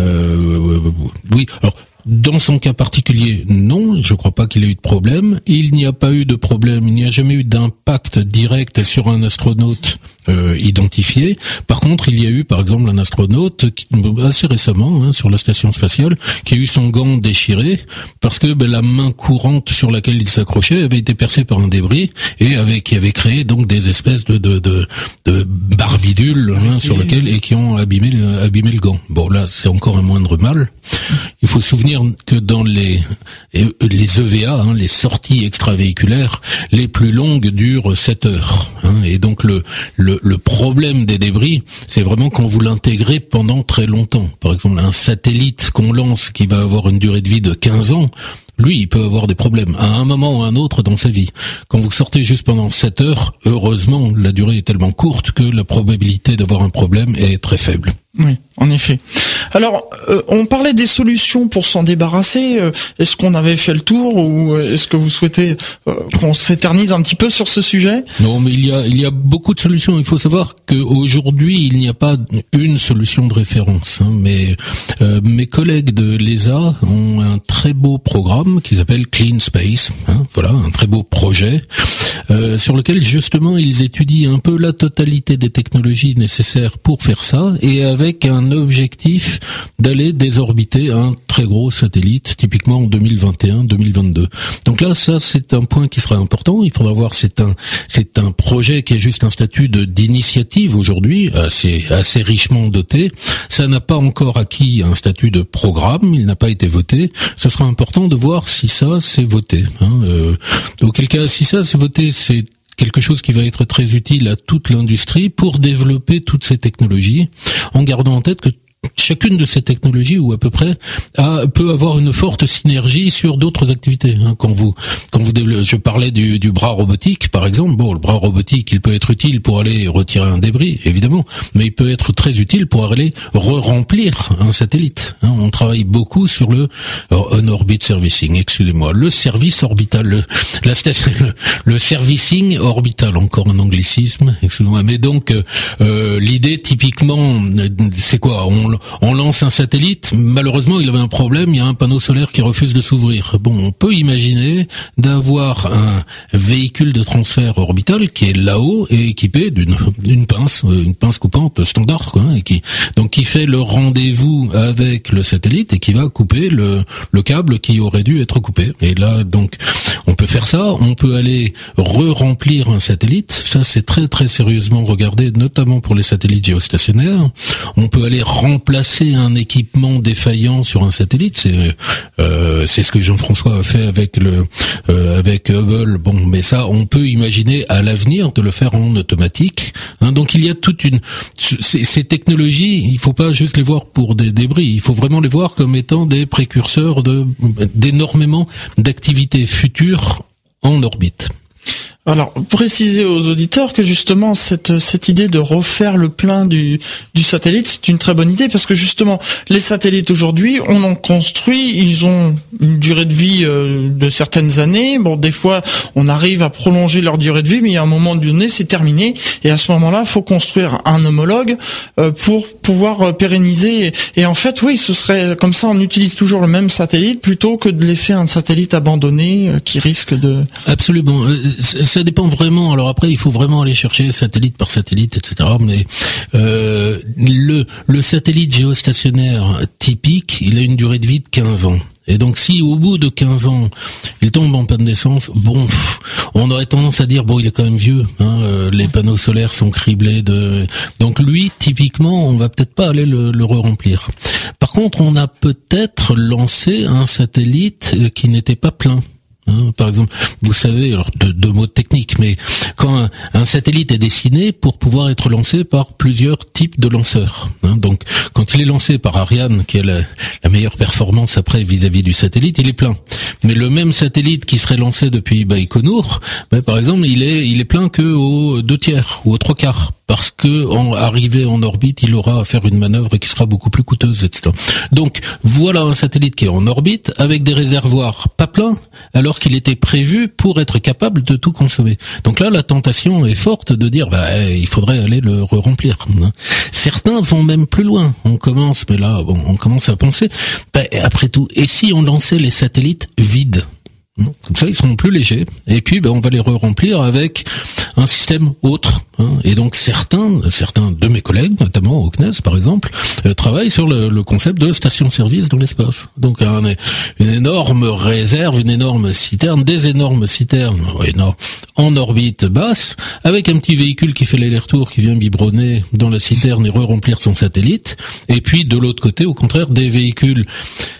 euh, oui, alors. Dans son cas particulier, non, je crois pas qu'il ait eu de problème. Il n'y a pas eu de problème, il n'y a jamais eu d'impact direct sur un astronaute euh, identifié. Par contre, il y a eu, par exemple, un astronaute qui, assez récemment, hein, sur la station spatiale, qui a eu son gant déchiré parce que ben, la main courante sur laquelle il s'accrochait avait été percée par un débris et avait, qui avait créé donc des espèces de de, de, de barbidules hein, sur lesquels et qui ont abîmé le, abîmé le gant. Bon, là, c'est encore un moindre mal. Il faut se souvenir que dans les les E V A, hein, les sorties extravéhiculaires, les plus longues durent sept heures. Hein, et donc le, le le problème des débris, c'est vraiment quand vous l'intégrez pendant très longtemps. Par exemple, un satellite qu'on lance qui va avoir une durée de vie de quinze ans, lui, il peut avoir des problèmes à un moment ou à un autre dans sa vie. Quand vous sortez juste pendant sept heures, heureusement, la durée est tellement courte que la probabilité d'avoir un problème est très faible. Oui, en effet. Alors, euh, on parlait des solutions pour s'en débarrasser. Euh, est-ce qu'on avait fait le tour ou est-ce que vous souhaitez euh, qu'on s'éternise un petit peu sur ce sujet ? Non, mais il y a il y a beaucoup de solutions. Il faut savoir qu'aujourd'hui, il n'y a pas une solution de référence. Hein, mais euh, mes collègues de l'E S A ont un très beau programme qui s'appelle Clean Space. Hein, voilà, un très beau projet euh, sur lequel justement ils étudient un peu la totalité des technologies nécessaires pour faire ça et avec avec un objectif d'aller désorbiter un très gros satellite, typiquement en deux mille vingt et un deux mille vingt-deux. Donc là, ça, c'est un point qui sera important. Il faudra voir, c'est un, c'est un projet qui est juste un statut de, d'initiative aujourd'hui, assez, assez richement doté. Ça n'a pas encore acquis un statut de programme, il n'a pas été voté. Ce sera important de voir si ça, c'est voté. Hein. Euh, auquel cas, si ça, c'est voté, c'est quelque chose qui va être très utile à toute l'industrie pour développer toutes ces technologies, en gardant en tête que chacune de ces technologies, ou à peu près, a, peut avoir une forte synergie sur d'autres activités. Hein. Quand vous, quand vous développez, je parlais du, du bras robotique, par exemple. Bon, le bras robotique, il peut être utile pour aller retirer un débris, évidemment, mais il peut être très utile pour aller re-remplir un satellite. Hein. On travaille beaucoup sur le on-orbit servicing, excusez-moi, le service orbital, le, la station, le, le servicing orbital, encore un anglicisme, excusez-moi. Mais donc, euh, l'idée, typiquement, c'est quoi ? On On lance un satellite, malheureusement il avait un problème, il y a un panneau solaire qui refuse de s'ouvrir. Bon, on peut imaginer d'avoir un véhicule de transfert orbital qui est là-haut et équipé d'une d'une pince, une pince coupante standard, quoi, et qui donc qui fait le rendez-vous avec le satellite et qui va couper le le câble qui aurait dû être coupé. Et là, donc, on peut faire ça, on peut aller re-remplir un satellite, ça c'est très très sérieusement regardé, notamment pour les satellites géostationnaires. On peut aller remplacer un équipement défaillant sur un satellite, c'est euh, c'est ce que Jean-François a fait avec le euh, avec Hubble. Bon, mais ça, on peut imaginer à l'avenir de le faire en automatique. Hein, donc il y a toute une ces, ces technologies, il faut pas juste les voir pour des débris, il faut vraiment les voir comme étant des précurseurs de d'énormément d'activités futures en orbite. Alors, préciser aux auditeurs que justement cette cette idée de refaire le plein du du satellite, c'est une très bonne idée parce que justement les satellites aujourd'hui, on en construit, ils ont une durée de vie euh, de certaines années. Bon, des fois, on arrive à prolonger leur durée de vie, mais il y a un moment donné, c'est terminé. Et à ce moment-là, il faut construire un homologue euh, pour pouvoir euh, pérenniser. Et, et en fait, oui, ce serait comme ça, on utilise toujours le même satellite plutôt que de laisser un satellite abandonné euh, qui risque de... Absolument. Euh, ça dépend vraiment. Alors après, il faut vraiment aller chercher satellite par satellite, et cetera. Mais euh, le le satellite géostationnaire typique, il a une durée de vie de quinze ans. Et donc, si au bout de quinze ans, il tombe en panne d'essence, bon, pff, on aurait tendance à dire bon, il est quand même vieux. Hein, euh, les panneaux solaires sont criblés de. Donc lui, typiquement, on va peut-être pas aller le, le re-remplir. Par contre, on a peut-être lancé un satellite qui n'était pas plein. Hein, par exemple, vous savez, alors deux, deux mots techniques, mais quand un, un satellite est dessiné pour pouvoir être lancé par plusieurs types de lanceurs. Hein, donc, quand il est lancé par Ariane, qui a la, la meilleure performance après vis-à-vis du satellite, il est plein. Mais le même satellite qui serait lancé depuis Baïkonour, ben, par exemple, il est il est plein que aux deux tiers ou aux trois quarts. Parce que en arrivé en orbite, il aura à faire une manœuvre qui sera beaucoup plus coûteuse, et cetera. Donc voilà un satellite qui est en orbite avec des réservoirs pas pleins, alors qu'il était prévu pour être capable de tout consommer. Donc là, la tentation est forte de dire, bah, il faudrait aller le re-remplir. Certains vont même plus loin. On commence, mais là, bon, on commence à penser, bah, après tout, et si on lançait les satellites vides? Comme ça, ils seront plus légers. Et puis, ben, on va les re-remplir avec un système autre. Hein. Et donc, certains, certains de mes collègues, notamment au C N E S, par exemple, euh, travaillent sur le, le concept de station-service dans l'espace. Donc, un, une énorme réserve, une énorme citerne, des énormes citernes, oui, non, en orbite basse, avec un petit véhicule qui fait l'aller-retour, qui vient biberonner dans la citerne et re-remplir son satellite. Et puis, de l'autre côté, au contraire, des véhicules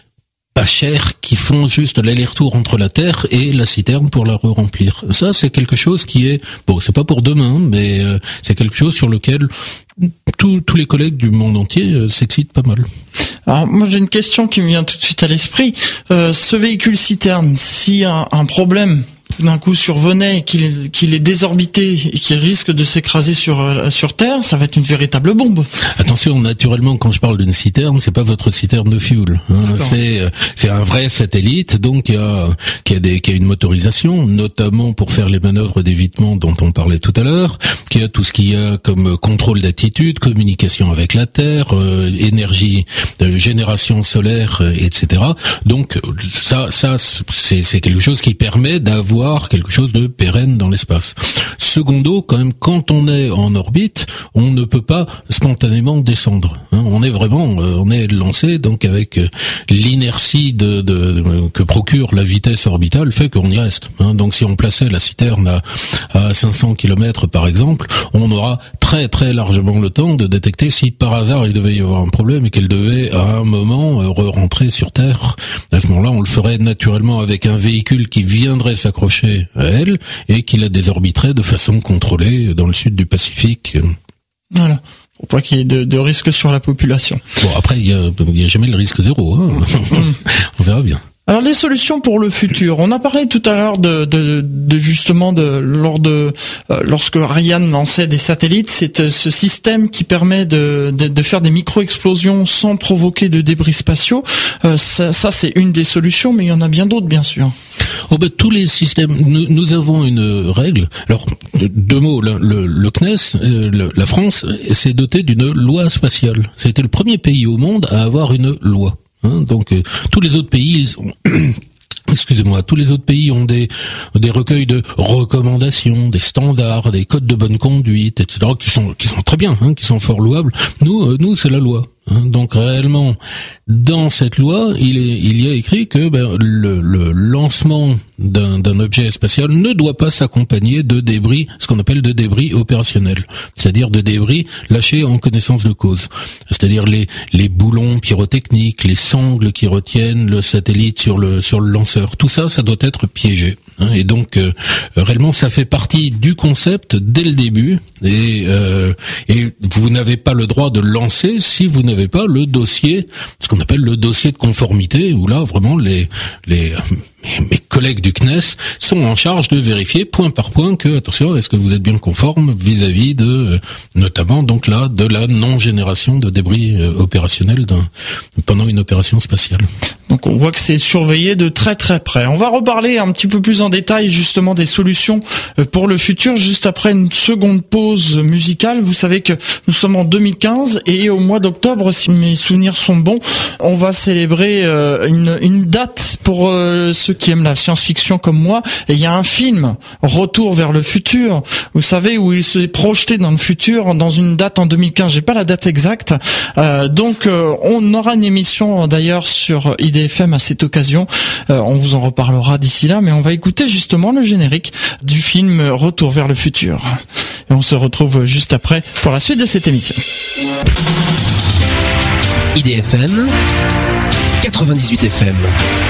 pas chers qui font juste l'aller-retour entre la Terre et la citerne pour la re-remplir. Ça, c'est quelque chose qui est, bon, c'est pas pour demain, mais euh, c'est quelque chose sur lequel tous tous les collègues du monde entier euh, s'excitent pas mal. Alors moi j'ai une question qui me vient tout de suite à l'esprit. Euh, ce véhicule citerne, si un, un problème tout d'un coup survenait et qu'il est, qu'il est désorbité et qu'il risque de s'écraser sur euh, sur Terre, ça va être une véritable bombe. Attention, naturellement, quand je parle d'une citerne, c'est pas votre citerne de fuel. Hein, c'est c'est un vrai satellite, donc il y a qui a des qui a une motorisation, notamment pour faire les manœuvres d'évitement dont on parlait tout à l'heure, qui a tout ce qu'il y a comme contrôle d'attitude, communication avec la Terre, euh, énergie, euh, génération solaire, euh, et cetera. Donc ça ça c'est c'est quelque chose qui permet d'avoir quelque chose de pérenne dans l'espace. Secondo, quand même, quand on est en orbite, on ne peut pas spontanément descendre. Hein. On est vraiment, euh, on est lancé, donc avec euh, l'inertie de, de, de que procure la vitesse orbitale fait qu'on y reste. Hein. Donc si on plaçait la citerne à, à cinq cents kilomètres par exemple, on aura très très largement le temps de détecter si par hasard il devait y avoir un problème et qu'elle devait à un moment euh, re-rentrer sur Terre. À ce moment-là, on le ferait naturellement avec un véhicule qui viendrait s'accrocher à elle et qui la désorbiterait de façon contrôlée dans le sud du Pacifique. Voilà. Pour pas qu'il y ait de, de risque sur la population. Bon, après, il y a, il y a jamais le risque zéro. Hein. On verra bien. Alors les solutions pour le futur. On a parlé tout à l'heure de, de, de justement de lors de euh, lorsque Ariane lançait des satellites, c'est euh, ce système qui permet de, de, de faire des micro-explosions sans provoquer de débris spatiaux. Euh, ça, ça c'est une des solutions, mais il y en a bien d'autres, bien sûr. Oh ben tous les systèmes. Nous, nous avons une règle. Alors deux mots. Le, le, le C N E S, euh, le, la France, s'est doté d'une loi spatiale. Ça a été le premier pays au monde à avoir une loi. Hein, donc euh, tous les autres pays ils ont excusez-moi, tous les autres pays ont des des recueils de recommandations, des standards, des codes de bonne conduite, et cetera qui sont qui sont très bien, hein, qui sont fort louables. Nous euh, nous c'est la loi. Hein, donc réellement, dans cette loi, il est il y a écrit que ben, le, le lancement d'un, d'un objet spatial ne doit pas s'accompagner de débris, ce qu'on appelle de débris opérationnels, c'est-à-dire de débris lâchés en connaissance de cause, c'est-à-dire les les boulons pyrotechniques, les sangles qui retiennent le satellite sur le sur le lanceur. Tout ça, ça doit être piégé. Hein, et donc euh, réellement, ça fait partie du concept dès le début. Et euh, et vous n'avez pas le droit de lancer si vous n'avez pas le dossier, ce qu'on appelle le dossier de conformité, où là vraiment les les mes collègues du C N E S sont en charge de vérifier point par point que, attention, est-ce que vous êtes bien conforme vis-à-vis de, euh, notamment, donc là, de la non-génération de débris euh, opérationnels d'un, pendant une opération spatiale. Donc on voit que c'est surveillé de très très près. On va reparler un petit peu plus en détail justement des solutions pour le futur juste après une seconde pause musicale. Vous savez que nous sommes en deux mille quinze et au mois d'octobre, si mes souvenirs sont bons, on va célébrer euh, une, une date pour euh, ceux qui aiment la science-fiction comme moi. Et il y a un film, Retour vers le futur, vous savez, où il s'est projeté dans le futur dans une date en deux mille quinze. J'ai pas la date exacte. Euh, donc euh, on aura une émission d'ailleurs sur I D F M à cette occasion. Euh, on vous en reparlera d'ici là, mais on va écouter justement le générique du film Retour vers le futur. Et on se retrouve juste après pour la suite de cette émission. I D F M, quatre-vingt-dix-huit F M.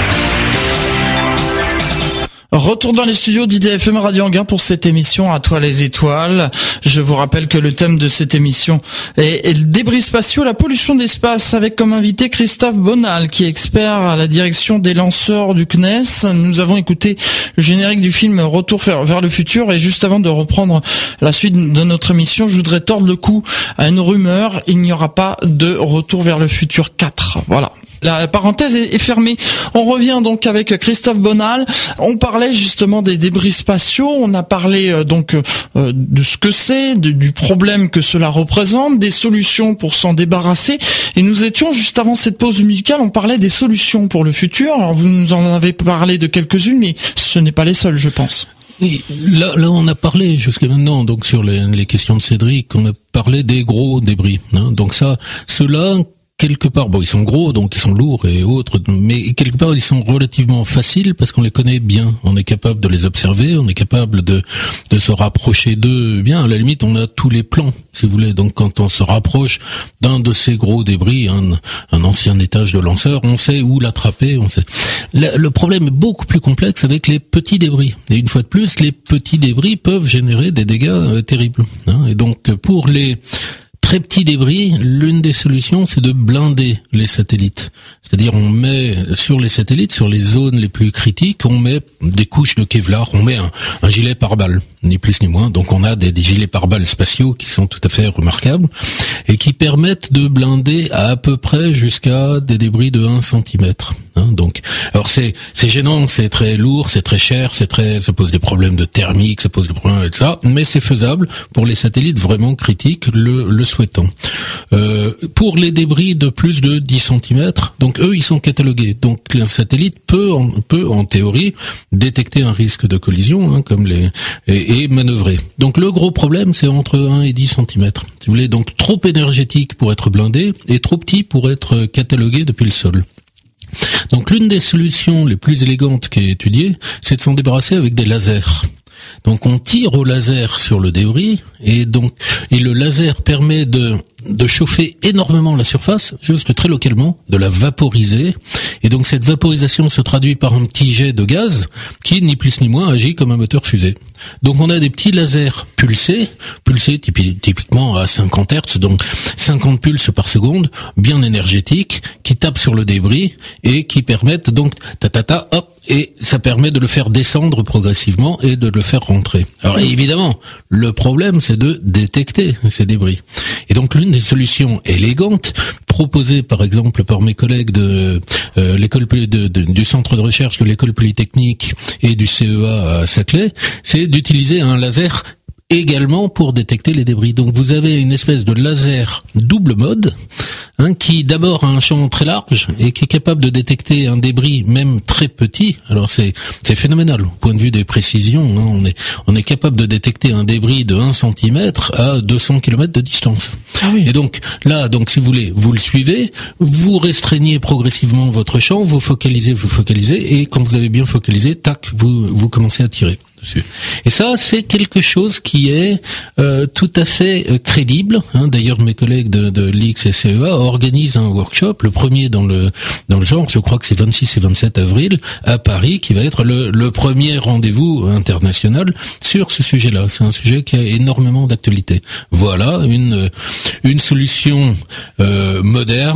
Retour dans les studios d'I D F M Radio Anguin pour cette émission À toi les étoiles. Je vous rappelle que le thème de cette émission est, est le débris spatiaux, la pollution d'espace, avec comme invité Christophe Bonal, qui est expert à la direction des lanceurs du C N E S. Nous avons écouté le générique du film Retour vers, vers le futur, et juste avant de reprendre la suite de notre émission, je voudrais tordre le cou à une rumeur. Il n'y aura pas de Retour vers le futur quatre. Voilà. La parenthèse est fermée. On revient donc avec Christophe Bonal. On parlait justement des débris spatiaux. On a parlé euh, donc euh, de ce que c'est, de, du problème que cela représente, des solutions pour s'en débarrasser. Et nous étions juste avant cette pause musicale. On parlait des solutions pour le futur. Alors vous nous en avez parlé de quelques-unes, mais ce n'est pas les seules, je pense. Oui, là, là, on a parlé jusqu'à maintenant, donc sur les, les questions de Cédric, on a parlé des gros débris. Hein. Donc ça, ceux-là, quelque part, bon, ils sont gros, donc ils sont lourds et autres, mais quelque part, ils sont relativement faciles parce qu'on les connaît bien. On est capable de les observer, on est capable de de se rapprocher d'eux bien. À la limite, on a tous les plans, si vous voulez. Donc, quand on se rapproche d'un de ces gros débris, un, un ancien étage de lanceur, on sait où l'attraper. On sait. Le, le problème est beaucoup plus complexe avec les petits débris. Et une fois de plus, les petits débris peuvent générer des dégâts euh, terribles. Hein. Et donc, pour les très petits débris, l'une des solutions, c'est de blinder les satellites. C'est-à-dire, on met sur les satellites, sur les zones les plus critiques, on met des couches de Kevlar, on met un, un gilet pare-balles, ni plus ni moins. Donc, on a des, des gilets pare-balles spatiaux qui sont tout à fait remarquables et qui permettent de blinder à, à peu près jusqu'à des débris de un centimètre. Hein, donc, alors c'est c'est gênant, c'est très lourd, c'est très cher, c'est très, ça pose des problèmes de thermique, ça pose des problèmes et tout ça, mais c'est faisable pour les satellites vraiment critiques, le le souhaitant. Euh, pour les débris de plus de dix centimètres, donc eux ils sont catalogués. Donc un satellite peut en, peut en théorie détecter un risque de collision, hein, comme les et, et manœuvrer. Donc le gros problème c'est entre un et dix centimètres. Si vous voulez, donc trop énergétique pour être blindé et trop petit pour être catalogué depuis le sol. Donc l'une des solutions les plus élégantes qui est étudiée, c'est de s'en débarrasser avec des lasers. Donc on tire au laser sur le débris et donc et le laser permet de de chauffer énormément la surface, juste très localement, de la vaporiser. Et donc cette vaporisation se traduit par un petit jet de gaz qui, ni plus ni moins, agit comme un moteur fusée. Donc on a des petits lasers pulsés, pulsés typiquement à cinquante hertz, donc cinquante pulses par seconde, bien énergétiques, qui tapent sur le débris et qui permettent donc ta ta ta hop, et ça permet de le faire descendre progressivement et de le faire rentrer. Alors évidemment, le problème c'est de détecter ces débris. Et donc l'une des solutions élégantes proposées par exemple par mes collègues de euh, l'école de, de, du centre de recherche de l'école polytechnique et du C E A à Saclay, c'est d'utiliser un laser également pour détecter les débris. Donc vous avez une espèce de laser double mode, hein, qui d'abord a un champ très large et qui est capable de détecter un débris même très petit. Alors c'est c'est phénoménal au point de vue des précisions. Hein, on est on est capable de détecter un débris de un centimètre à deux cents kilomètres de distance. Ah oui. Et donc là, donc si vous voulez, vous le suivez, vous restreignez progressivement votre champ, vous focalisez, vous focalisez, et quand vous avez bien focalisé, tac, vous vous commencez à tirer dessus. Et ça, c'est quelque chose qui est euh, tout à fait euh, crédible. Hein. D'ailleurs, mes collègues de, de l'I X et C E A organisent un workshop, le premier dans le dans le genre, je crois que c'est vingt-six et vingt-sept avril, à Paris, qui va être le, le premier rendez-vous international sur ce sujet-là. C'est un sujet qui a énormément d'actualité. Voilà une une solution euh, moderne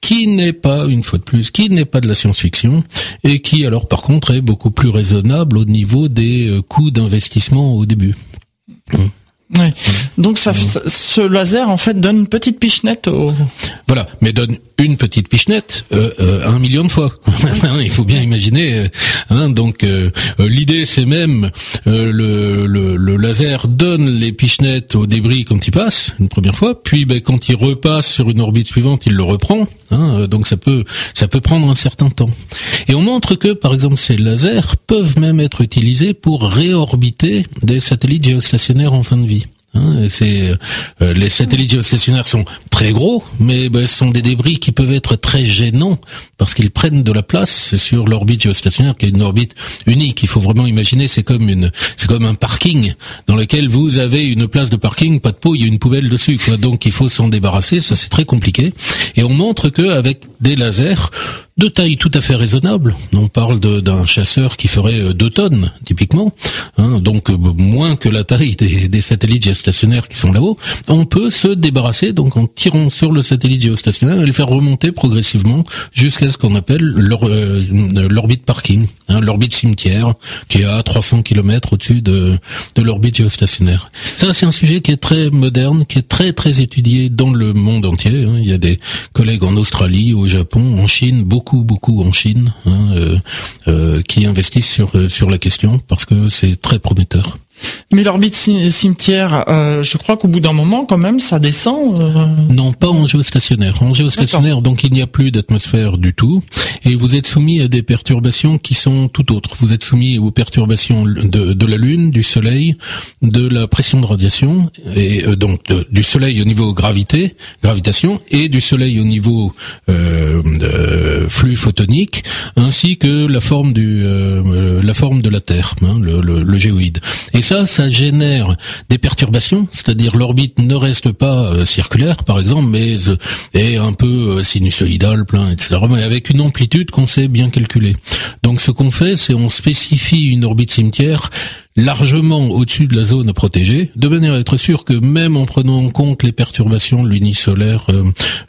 qui n'est pas, une fois de plus, qui n'est pas de la science-fiction, et qui alors par contre est beaucoup plus raisonnable au niveau des euh, coûts d'investissement au début. Hum. Oui. Donc ça, ce laser en fait donne une petite pichenette au... Voilà, mais donne une petite pichenette euh, euh, un million de fois. Il faut bien imaginer. Euh, hein, donc euh, euh, l'idée c'est même euh, le, le, le laser donne les pichenettes au débris quand il passe une première fois, puis ben, quand il repasse sur une orbite suivante, il le reprend. Hein, euh, donc ça peut ça peut prendre un certain temps. Et on montre que par exemple ces lasers peuvent même être utilisés pour réorbiter des satellites géostationnaires en fin de vie. Hein, c'est euh, les satellites géostationnaires sont très gros, mais ben, ce sont des débris qui peuvent être très gênants parce qu'ils prennent de la place sur l'orbite géostationnaire, qui est une orbite unique. Il faut vraiment imaginer, c'est comme une, c'est comme un parking dans lequel vous avez une place de parking, pas de pot, il y a une poubelle dessus, quoi. Donc il faut s'en débarrasser. Ça c'est très compliqué. Et on montre que avec des lasers de taille tout à fait raisonnable. On parle de, d'un chasseur qui ferait deux tonnes, typiquement, hein, donc moins que la taille des, des satellites géostationnaires qui sont là-haut. On peut se débarrasser, donc en tirant sur le satellite géostationnaire et le faire remonter progressivement jusqu'à ce qu'on appelle l'or, euh, l'orbite parking, hein, l'orbite cimetière, qui est à trois cents kilomètres au-dessus de, de l'orbite géostationnaire. Ça, c'est un sujet qui est très moderne, qui est très très étudié dans le monde entier. Hein. Il y a des collègues en Australie, au Japon, en Chine, beaucoup beaucoup beaucoup en Chine, hein, euh, euh, qui investissent sur sur la question parce que c'est très prometteur. Mais l'orbite cimetière, euh, je crois qu'au bout d'un moment, quand même, ça descend. Euh... Non, pas en géostationnaire. En géostationnaire, D'accord. donc il n'y a plus d'atmosphère du tout, et vous êtes soumis à des perturbations qui sont tout autres. Vous êtes soumis aux perturbations de, de la Lune, du Soleil, de la pression de radiation, et euh, donc de, du Soleil au niveau gravité, gravitation, et du Soleil au niveau euh, de flux photonique, ainsi que la forme du euh, la forme de la Terre, hein, le, le, le géoïde. Et ça, ça génère des perturbations, c'est-à-dire l'orbite ne reste pas euh, circulaire, par exemple, mais euh, est un peu euh, sinusoïdale, plein, et cetera, mais avec une amplitude qu'on sait bien calculer. Donc ce qu'on fait, c'est on spécifie une orbite cimetière largement au-dessus de la zone à protéger, de manière à être sûr que même en prenant en compte les perturbations lunisolaires, euh,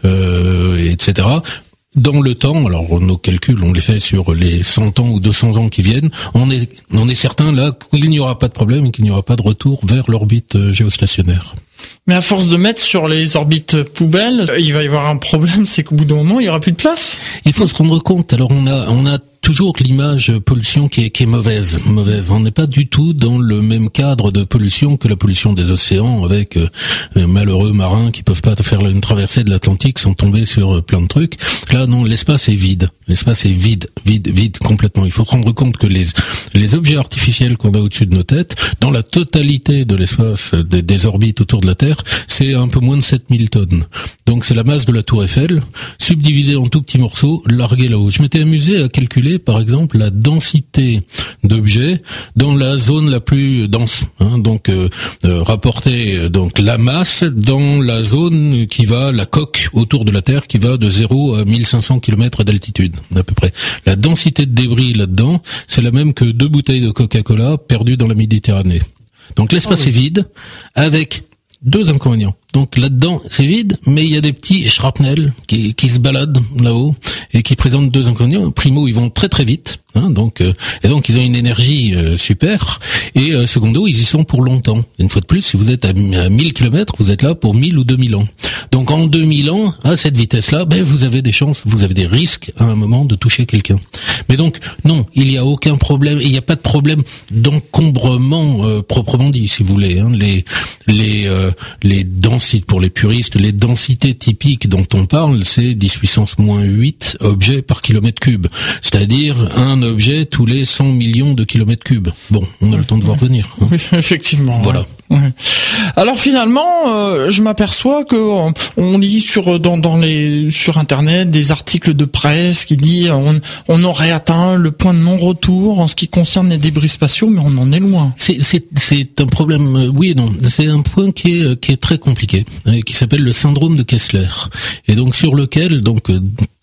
euh, et cetera, dans le temps, alors nos calculs, on les fait sur les cent ans ou deux cents ans qui viennent, on est on est certain là qu'il n'y aura pas de problème et qu'il n'y aura pas de retour vers l'orbite géostationnaire. Mais à force de mettre sur les orbites poubelles, il va y avoir un problème, c'est qu'au bout d'un moment, il y aura plus de place. Il faut se rendre compte. Alors on a on a toujours l'image pollution qui est, qui est mauvaise, mauvaise. On n'est pas du tout dans le même cadre de pollution que la pollution des océans, avec euh, malheureux marins qui peuvent pas faire une traversée de l'Atlantique sans tomber sur euh, plein de trucs. Là, non, l'espace est vide. L'espace est vide, vide, vide complètement. Il faut se rendre compte que les les objets artificiels qu'on a au-dessus de nos têtes, dans la totalité de l'espace des, des orbites autour de la Terre, c'est un peu moins de sept mille tonnes. Donc c'est la masse de la Tour Eiffel, subdivisée en tout petits morceaux, larguée là-haut. Je m'étais amusé à calculer par exemple la densité d'objets dans la zone la plus dense, hein, donc euh, euh, rapporter euh, donc la masse dans la zone qui va, la coque autour de la Terre qui va de zéro à mille cinq cents kilomètres d'altitude à peu près. La densité de débris là-dedans, c'est la même que deux bouteilles de Coca-Cola perdues dans la Méditerranée. Donc l'espace oh oui. est vide avec deux inconvénients. Donc là-dedans, c'est vide, mais il y a des petits shrapnels qui, qui se baladent là-haut et qui présentent deux inconvénients. Primo, ils vont très très vite, hein, donc euh, et donc ils ont une énergie euh, super. Et euh, secondo, ils y sont pour longtemps. Une fois de plus, si vous êtes à, à mille kilomètres, vous êtes là pour mille ou deux mille ans. Donc en deux mille ans, à cette vitesse-là, ben vous avez des chances, vous avez des risques à un moment de toucher quelqu'un. Mais donc non, il n'y a aucun problème. Il n'y a pas de problème d'encombrement euh, proprement dit, si vous voulez. Hein. Les les euh, les densités pour les puristes, les densités typiques dont on parle, c'est dix puissance moins huit objets par kilomètre cube. C'est-à-dire un objet tous les cent millions de kilomètres cubes. Bon, on a le temps de voir venir. Hein. Oui, effectivement. Voilà. Ouais. Ouais. Alors finalement, euh, je m'aperçois que on, on lit sur dans dans les sur internet des articles de presse qui dit on on aurait atteint le point de non-retour en ce qui concerne les débris spatiaux, mais on en est loin. C'est c'est c'est un problème, euh, oui et non. C'est un point qui est qui est très compliqué, euh, qui s'appelle le syndrome de Kessler, et donc sur lequel donc euh,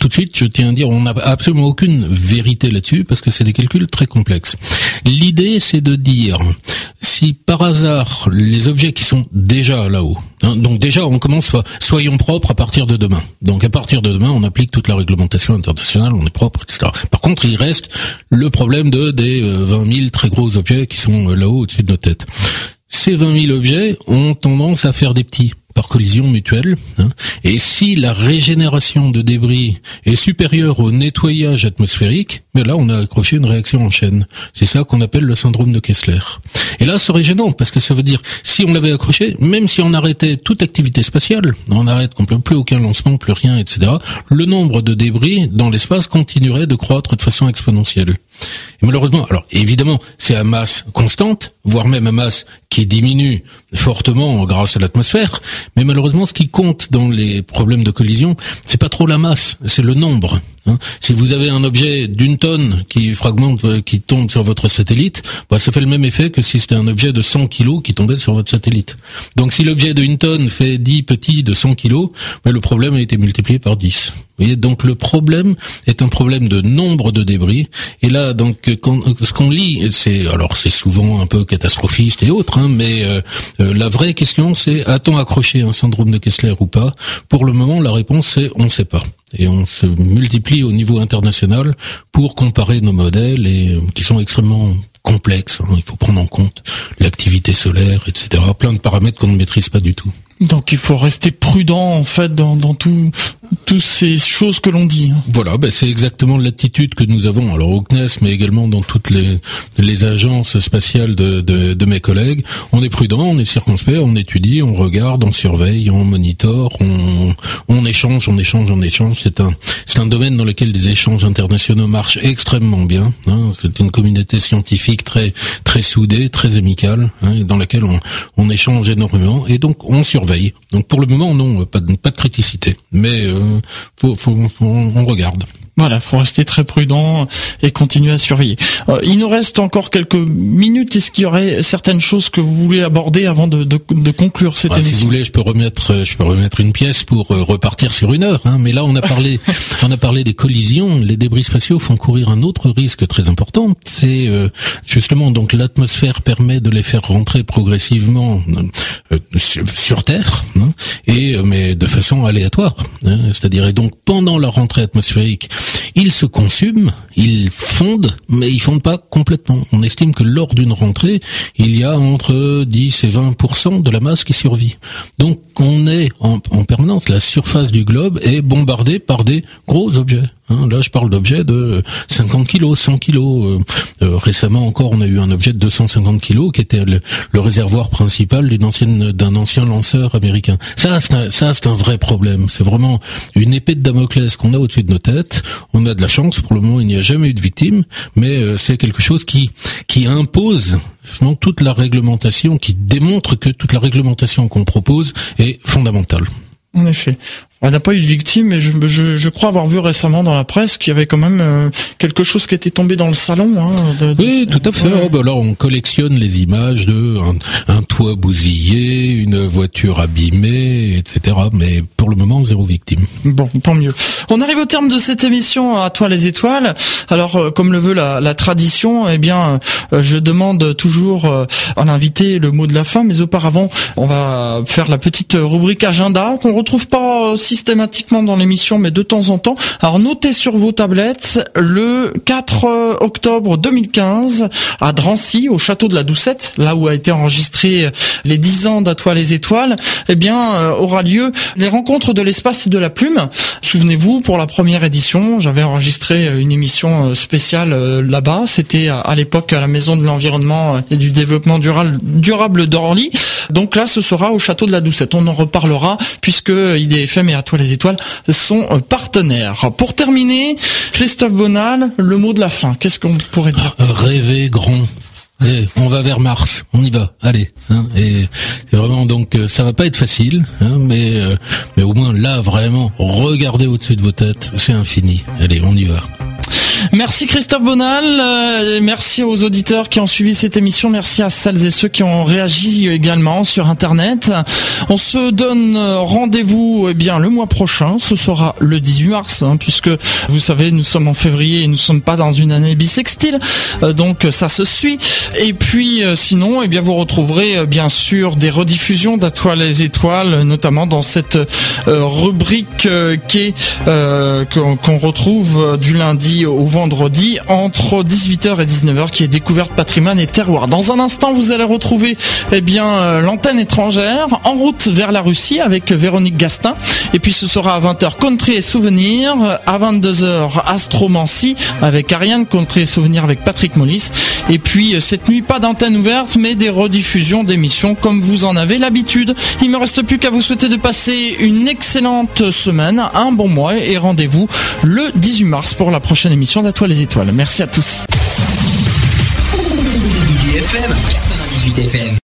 tout de suite, je tiens à dire, on n'a absolument aucune vérité là-dessus parce que c'est des calculs très complexes. L'idée, c'est de dire si par hasard les objets qui sont déjà là-haut, hein, donc déjà on commence par soyons propres à partir de demain. Donc à partir de demain, on applique toute la réglementation internationale, on est propre, et cetera. Par contre, il reste le problème de des euh, vingt mille très gros objets qui sont euh, là-haut au-dessus de nos têtes. Ces vingt mille objets ont tendance à faire des petits par collision mutuelle, hein. Et si la régénération de débris est supérieure au nettoyage atmosphérique, mais là on a accroché une réaction en chaîne. C'est ça qu'on appelle le syndrome de Kessler. Et là, ça serait gênant parce que ça veut dire si on l'avait accroché, même si on arrêtait toute activité spatiale, on arrête complètement, plus aucun lancement, plus rien, et cetera. Le nombre de débris dans l'espace continuerait de croître de façon exponentielle. Et malheureusement, alors évidemment, c'est à masse constante, voire même à masse qui diminue fortement grâce à l'atmosphère. Mais malheureusement, ce qui compte dans les problèmes de collision, c'est pas trop la masse, c'est le nombre. Hein. Si vous avez un objet d'une tonne qui fragmente, qui tombe sur votre satellite, bah, ça fait le même effet que si c'était un objet de cent kilos qui tombait sur votre satellite. Donc si l'objet de une tonne fait dix petits de cent kilos, bah, le problème a été multiplié par dix. Vous voyez, donc le problème est un problème de nombre de débris. Et là, donc, quand, ce qu'on lit, c'est alors c'est souvent un peu catastrophiste et autres, hein, mais euh, euh, la vraie question, c'est a-t-on accroché un syndrome de Kessler ou pas? Pour le moment, la réponse c'est on ne sait pas. Et on se multiplie au niveau international pour comparer nos modèles et euh, qui sont extrêmement complexes. Hein. Il faut prendre en compte l'activité solaire, et cetera. Plein de paramètres qu'on ne maîtrise pas du tout. Donc il faut rester prudent en fait dans, dans tout, toutes ces choses que l'on dit. Voilà, ben c'est exactement l'attitude que nous avons. Alors au C N E S, mais également dans toutes les, les agences spatiales de, de, de mes collègues. On est prudent, on est circonspect, on étudie, on regarde, on surveille, on monitore, on, on échange, on échange, on échange. C'est un, c'est un domaine dans lequel les échanges internationaux marchent extrêmement bien. Hein. C'est une communauté scientifique très, très soudée, très amicale, hein, dans laquelle on, on échange énormément et donc on surveille. Donc pour le moment, non, pas de, pas de criticité, mais euh, faut, faut, faut, on regarde. Voilà, faut rester très prudent et continuer à surveiller. Euh, il nous reste encore quelques minutes. Est-ce qu'il y aurait certaines choses que vous voulez aborder avant de, de, de conclure cette ah, émission? Si vous voulez, je peux remettre, je peux remettre une pièce pour euh, repartir sur une heure. Hein, mais là, on a parlé, on a parlé des collisions. Les débris spatiaux font courir un autre risque très important. C'est euh, justement donc l'atmosphère permet de les faire rentrer progressivement euh, sur, sur Terre, hein, et mais de façon aléatoire. Hein, c'est-à-dire et donc pendant leur rentrée atmosphérique, ils se consument, ils fondent, mais ils fondent pas complètement. On estime que lors d'une rentrée, il y a entre dix et vingt pour cent de la masse qui survit. Donc on est en, en permanence, la surface du globe est bombardée par des gros objets. Hein, là, je parle d'objets de cinquante kilos, cent kilos. Euh, euh, récemment encore, on a eu un objet de deux cent cinquante kilos qui était le, le réservoir principal d'une ancienne, d'un ancien lanceur américain. Ça, c'est un, ça, c'est un vrai problème. C'est vraiment une épée de Damoclès qu'on a au-dessus de nos têtes. On a de la chance. Pour le moment, il n'y a jamais eu de victime, mais euh, c'est quelque chose qui, qui impose donc toute la réglementation, qui démontre que toute la réglementation qu'on propose est fondamentale. En effet. On n'a pas eu de victime, mais je, je, je crois avoir vu récemment dans la presse qu'il y avait quand même euh, quelque chose qui était tombé dans le salon. Hein, de, de, oui, de, tout à fait. Ouais. Oh, bah alors on collectionne les images de un, un toit bousillé, une voiture abîmée, et cetera. Mais pour le moment, zéro victime. Bon, tant mieux. On arrive au terme de cette émission à toi les étoiles. Alors, euh, comme le veut la, la tradition, eh bien, euh, je demande toujours euh, à l'invité le mot de la fin. Mais auparavant, on va faire la petite rubrique agenda qu'on retrouve pas euh, systématiquement dans l'émission, mais de temps en temps. Alors notez sur vos tablettes le quatre octobre deux mille quinze à Drancy, au château de la Doucette, là où a été enregistré les dix ans d'À toi les étoiles, eh bien euh, aura lieu les rencontres de l'espace et de la plume. Souvenez-vous, pour la première édition, j'avais enregistré une émission spéciale euh, là-bas. C'était à, à l'époque à la Maison de l'Environnement et du Développement durable, durable d'Orly. Donc là, ce sera au château de la Doucette. On en reparlera puisque I D F M et À toi les étoiles sont partenaires. Pour terminer, Christophe Bonal, le mot de la fin. Qu'est-ce qu'on pourrait dire? Rêver grand. Et on va vers Mars, on y va, allez. Hein, et c'est vraiment donc ça va pas être facile, hein, mais euh, mais au moins là vraiment regardez au-dessus de vos têtes, c'est infini. Allez, on y va. Merci Christophe Bonal, euh, merci aux auditeurs qui ont suivi cette émission, merci à celles et ceux qui ont réagi également sur internet. On se donne rendez-vous eh bien le mois prochain, ce sera le dix-huit mars, hein, puisque vous savez nous sommes en février et nous sommes pas dans une année bissextile, euh, donc ça se suit. Et puis euh, sinon, eh bien vous retrouverez euh, bien sûr des rediffusions d'À toi les étoiles, notamment dans cette euh, rubrique euh, qui est euh, qu'on, qu'on retrouve du lundi au vendredi entre dix-huit heures et dix-neuf heures, qui est découverte patrimoine et terroir. Dans un instant, vous allez retrouver eh bien euh, l'antenne étrangère en route vers la Russie avec Véronique Gastin. Et puis ce sera à vingt heures country et souvenirs, à vingt-deux heures astromancie avec Ariane, country et souvenirs avec Patrick Mollis. Et puis cette nuit, pas d'antenne ouverte, mais des rediffusions d'émissions comme vous en avez l'habitude. Il me reste plus qu'à vous souhaiter de passer une excellente semaine, un bon mois et rendez-vous le dix-huit mars pour la prochaine émission d'À toi les étoiles. Merci à tous. quatre-vingt-dix-huit F M